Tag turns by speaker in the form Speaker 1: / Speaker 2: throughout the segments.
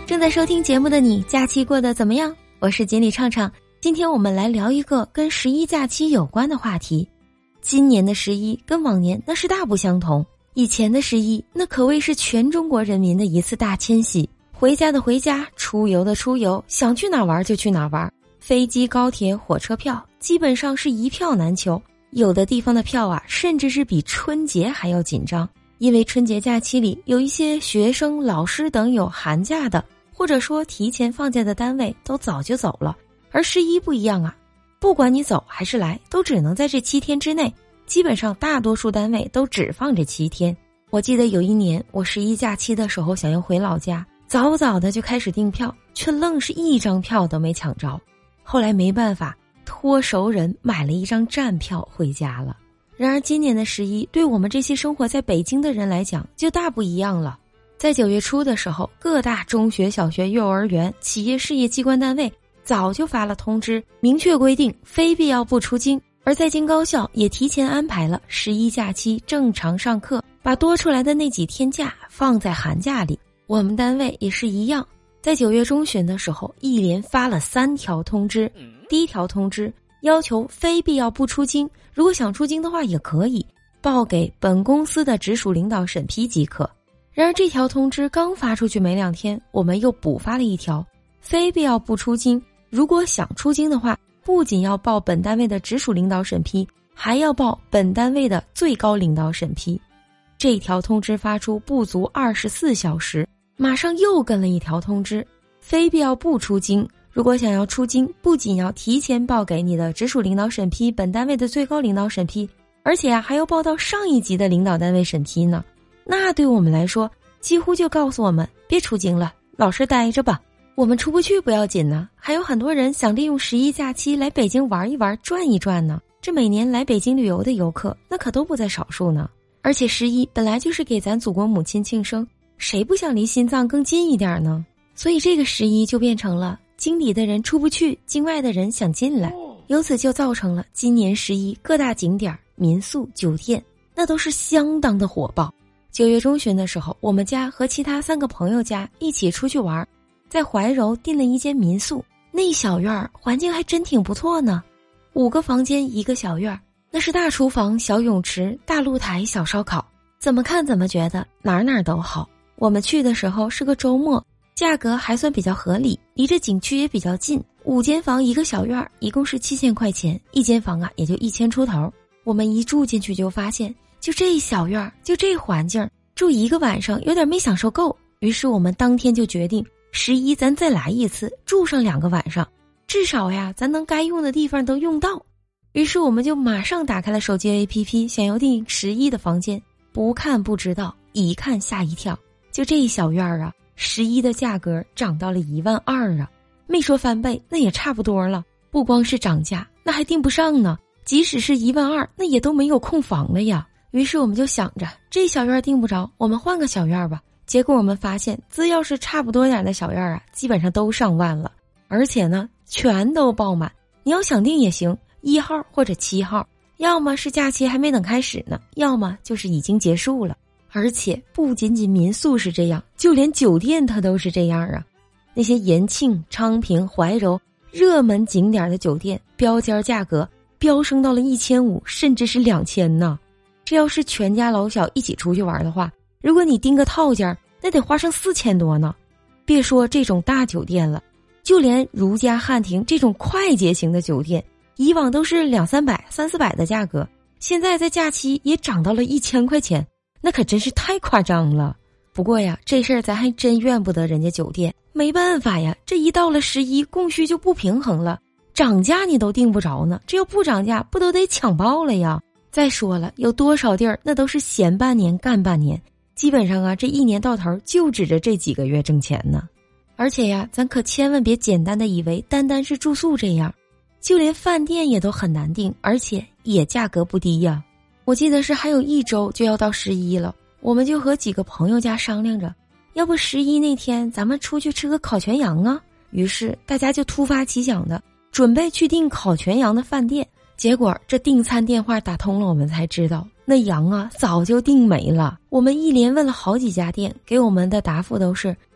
Speaker 1: 正在收听节目的你，假期过得怎么样？我是锦鲤畅畅，今天我们来聊一个跟11假期有关的话题。今年的11跟往年那是大不相同，以前的11那可谓是全中国人民的一次大迁徙，回家的回家，出游的出游，想去哪玩就去哪玩，飞机、高铁、火车票基本上是一票难求，有的地方的票啊，甚至是比春节还要紧张，因为春节假期里有一些学生、老师等有寒假的，或者说提前放假的单位都早就走了，而11不一样啊，不管你走还是来，都只能在这7天之内，基本上大多数单位都只放这7天。我记得有一年我11假期的时候想要回老家，早早的就开始订票，却愣是一张票都没抢着，后来没办法托熟人买了一张站票回家了。然而今年的11对我们这些生活在北京的人来讲就大不一样了。在9月初的时候，各大中学、小学、幼儿园、企业事业机关单位早就发了通知，明确规定非必要不出京，而在京高校也提前安排了11假期正常上课，把多出来的那几天假放在寒假里。我们单位也是一样，在9月中旬的时候一连发了3条通知。第一条通知要求非必要不出京，如果想出京的话也可以报给本公司的直属领导审批即可。然而这条通知刚发出去没2天，我们又补发了一条，非必要不出京，如果想出京的话，不仅要报本单位的直属领导审批，还要报本单位的最高领导审批。这条通知发出不足24小时，马上又跟了一条通知，非必要不出京，如果想要出京，不仅要提前报给你的直属领导审批、本单位的最高领导审批，而且还要报到上一级的领导单位审批呢。那对我们来说，几乎就告诉我们别出京了，老实待着吧。我们出不去不要紧呢，还有很多人想利用11假期来北京玩一玩、转一转呢。这每年来北京旅游的游客那可都不在少数呢。而且11本来就是给咱祖国母亲庆生，谁不想离心脏更近一点呢？所以这个11就变成了京里的人出不去，境外的人想进来，由此就造成了今年11各大景点、民宿、酒店那都是相当的火爆。9月中旬的时候，我们家和其他3个朋友家一起出去玩，在怀柔订了一间民宿，那小院环境还真挺不错呢，5个房间1个小院，那是大厨房、小泳池、大露台、小烧烤，怎么看怎么觉得哪哪都好。我们去的时候是个周末，价格还算比较合理，离着景区也比较近，5间房1个小院，一共是7000块钱，一间房啊也就1000出头。我们一住进去就发现，就这小院，就这环境，住1个晚上有点没享受够，于是我们当天就决定11咱再来一次，住上2个晚上，至少呀咱能该用的地方都用到。于是我们就马上打开了手机 APP， 想要订11的房间，不看不知道，一看吓一跳，就这一小院啊，11的价格涨到了12000啊，没说翻倍，那也差不多了。不光是涨价，那还订不上呢，即使是12000，那也都没有空房了呀。于是我们就想着这小院订不着，我们换个小院吧。结果我们发现只要是差不多点的小院啊，基本上都上万了，而且呢全都爆满。你要想订也行，1号或者7号，要么是假期还没等开始呢，要么就是已经结束了。而且不仅仅民宿是这样，就连酒店它都是这样啊。那些延庆、昌平、怀柔热门景点的酒店，标间价格飙升到了1500，甚至是2000呢。这要是全家老小一起出去玩的话，如果你订个套间，那得花上4000多呢。别说这种大酒店了，就连如家、汉庭这种快捷型的酒店，以往都是200-300、300-400的价格，现在在假期也涨到了1000块钱，那可真是太夸张了。不过呀，这事儿咱还真怨不得人家酒店，没办法呀，这一到了11，供需就不平衡了，涨价你都订不着呢，这要不涨价不都得抢爆了呀。再说了，有多少地儿那都是闲半年干半年，基本上啊这一年到头就指着这几个月挣钱呢。而且呀，咱可千万别简单的以为单单是住宿这样，就连饭店也都很难订，而且也价格不低呀。我记得是还有1周就要到11了，我们就和几个朋友家商量着，要不11那天咱们出去吃个烤全羊啊。于是大家就突发奇想的准备去订烤全羊的饭店。结果这订餐电话打通了，我们才知道那羊啊早就订没了。我们一连问了好几家店，给我们的答复都是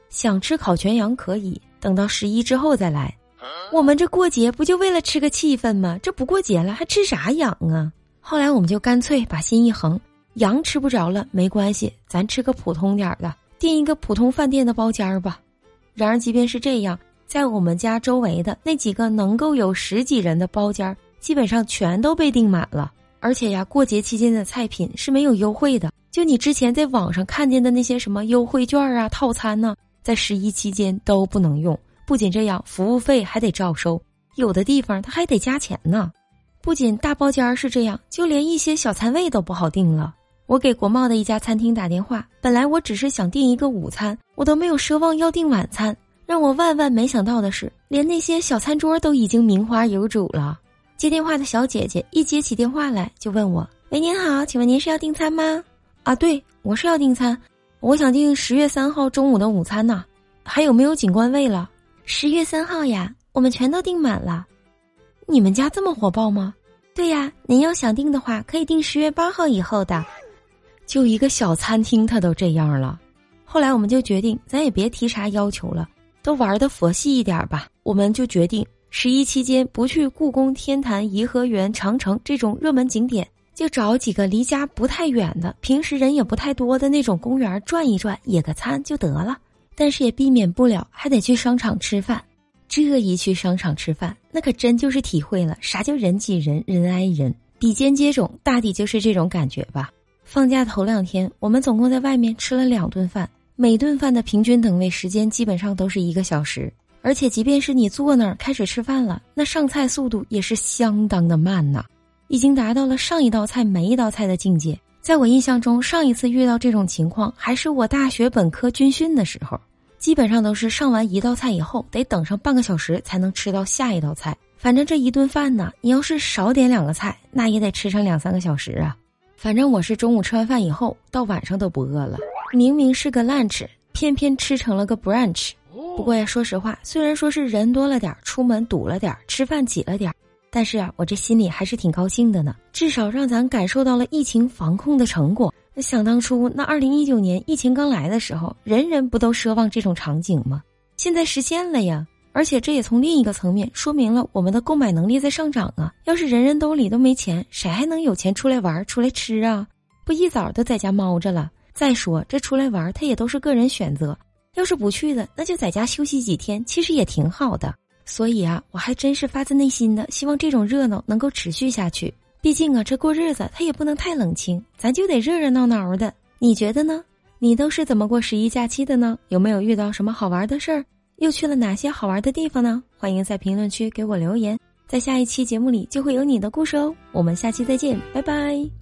Speaker 1: 想吃烤全羊可以等到11之后再来。我们这过节不就为了吃个气氛吗？这不过节了还吃啥羊啊？后来我们就干脆把心一横，羊吃不着了没关系，咱吃个普通点的，订一个普通饭店的包间吧。然而即便是这样，在我们家周围的那几个能够有10几人的包间基本上全都被订满了。而且呀，过节期间的菜品是没有优惠的，就你之前在网上看见的那些什么优惠券啊、套餐呢，在11期间都不能用。不仅这样，服务费还得照收，有的地方它还得加钱呢。不仅大包间是这样，就连一些小餐位都不好订了。我给国贸的一家餐厅打电话，本来我只是想订一个午餐，我都没有奢望要订晚餐。让我万万没想到的是，连那些小餐桌都已经名花有主了。接电话的小姐姐一接起电话来就问我：喂，您好，请问您是要订餐吗？啊，对，我是要订餐，我想订10月3号中午的午餐呢，还有没有景观位了？10月3号呀，我们全都订满了。你们家这么火爆吗？对呀，您要想订的话可以订10月8号以后的。就一个小餐厅它都这样了。后来我们就决定咱也别提啥要求了，都玩得佛系一点吧。我们就决定11期间不去故宫、天坛、颐和园、长城这种热门景点，就找几个离家不太远的，平时人也不太多的那种公园转一转，野个餐就得了。但是也避免不了还得去商场吃饭。这一去商场吃饭，那可真就是体会了啥叫人挤人，人挨人，比肩接踵，大抵就是这种感觉吧。放假头2天，我们总共在外面吃了2顿饭，每顿饭的平均等位时间基本上都是1个小时。而且即便是你坐那儿开始吃饭了，那上菜速度也是相当的慢呐，已经达到了上一道菜没一道菜的境界。在我印象中，上一次遇到这种情况还是我大学本科军训的时候，基本上都是上完1道菜以后得等上半个小时才能吃到下一道菜。反正这一顿饭呢，你要是少点2个菜，那也得吃上2-3个小时啊。反正我是中午吃完饭以后到晚上都不饿了，明明是个 lunch， 偏偏吃成了个 brunch。不过呀，说实话，虽然说是人多了点，出门堵了点，吃饭挤了点，但是啊，我这心里还是挺高兴的呢，至少让咱感受到了疫情防控的成果。想当初那2019年疫情刚来的时候，人人不都奢望这种场景吗？现在实现了呀。而且这也从另一个层面说明了我们的购买能力在上涨啊。要是人人兜里都没钱，谁还能有钱出来玩出来吃啊？不一早都在家猫着了。再说这出来玩它也都是个人选择，要是不去的，那就在家休息几天，其实也挺好的。所以啊，我还真是发自内心的希望这种热闹能够持续下去。毕竟啊，这过日子它也不能太冷清，咱就得热热闹闹的。你觉得呢？你都是怎么过11假期的呢？有没有遇到什么好玩的事儿？又去了哪些好玩的地方呢？欢迎在评论区给我留言，在下一期节目里就会有你的故事哦。我们下期再见，拜拜。